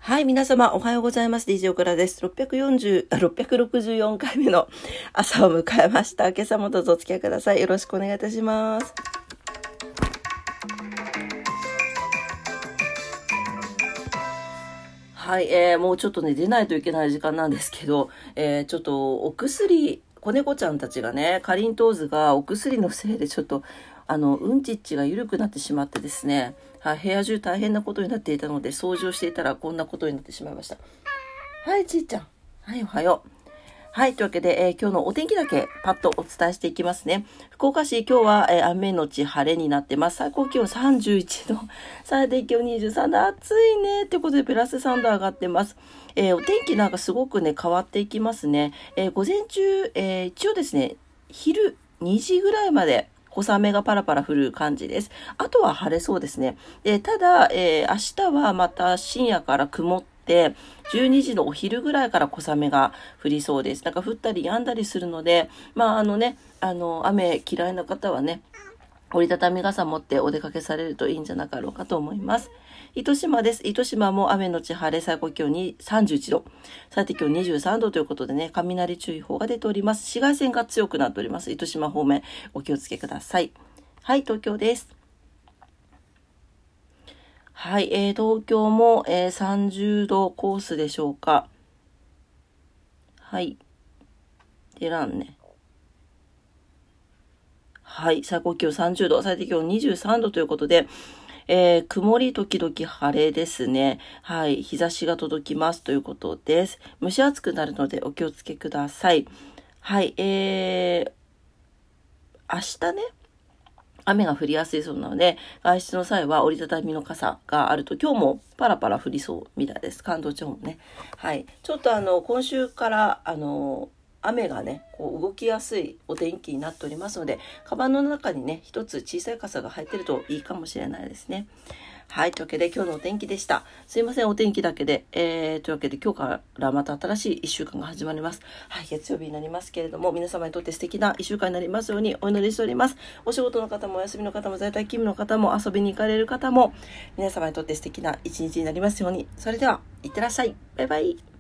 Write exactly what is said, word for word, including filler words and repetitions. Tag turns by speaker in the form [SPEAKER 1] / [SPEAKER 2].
[SPEAKER 1] はい、皆様おはようございます。ディージェー 岡田です。ろっぴゃくよんじゅう、ろっぴゃくろくじゅうよんかいめの朝を迎えました。今朝もどうぞお付き合いください。よろしくお願いいたします。はい、えー、もうちょっとね、出ないといけない時間なんですけど、えー、ちょっとお薬、子猫ちゃんたちがね、かりんとうずがお薬のせいでちょっと、あの、うんちっちが緩くなってしまってですね、はい、部屋中大変なことになっていたので、掃除をしていたらこんなことになってしまいました。はい、ちーちゃん。はい、おはよう。はい、というわけで、えー、今日のお天気だけパッとお伝えしていきますね。福岡市、今日は、えー、雨のち晴れになってます。最高気温さんじゅういちど、最低気温にじゅうさんど、暑いね。ということで、プラスさんど上がってます。えー、お天気なんかすごくね、変わっていきますね。えー、午前中、えー、一応ですね、昼にじぐらいまで、小雨がパラパラ降る感じです。あとは晴れそうですね。でただ、えー、明日はまた深夜から曇って、じゅうにじのお昼ぐらいから小雨が降りそうです。なんか降ったり止んだりするので、まああのね、あの、雨嫌いな方はね、折りたたみ傘持ってお出かけされるといいんじゃなかろうかと思います。糸島です。糸島も雨のち晴れ、最高気温にさんじゅういちど、最低気温にじゅうさんどということでね、雷注意報が出ております。紫外線が強くなっております。糸島方面、お気をつけください。はい、東京です。はい、えー、東京も、えー、さんじゅうどコースでしょうか。はい。出らんね。はい、最高気温さんじゅうど、最低気温にじゅうさんどということで、えー、曇り時々晴れですね。はい、日差しが届きますということです。蒸し暑くなるのでお気をつけください。はい、えー、明日ね、雨が降りやすいそうなので、外出の際は折りたたみの傘があると、今日もパラパラ降りそうみたいです。関東地方もね。はい。ちょっとあの、今週から、あの、雨がね、こう動きやすいお天気になっておりますので、カバンの中にね、一つ小さい傘が入ってるといいかもしれないですね。はい。というわけで今日のお天気でした。すいません。お天気だけで。えー、というわけで今日からまた新しい一週間が始まります。はい。月曜日になりますけれども、皆様にとって素敵な一週間になりますようにお祈りしております。お仕事の方もお休みの方も在宅勤務の方も遊びに行かれる方も、皆様にとって素敵な一日になりますように。それでは、いってらっしゃい。バイバイ。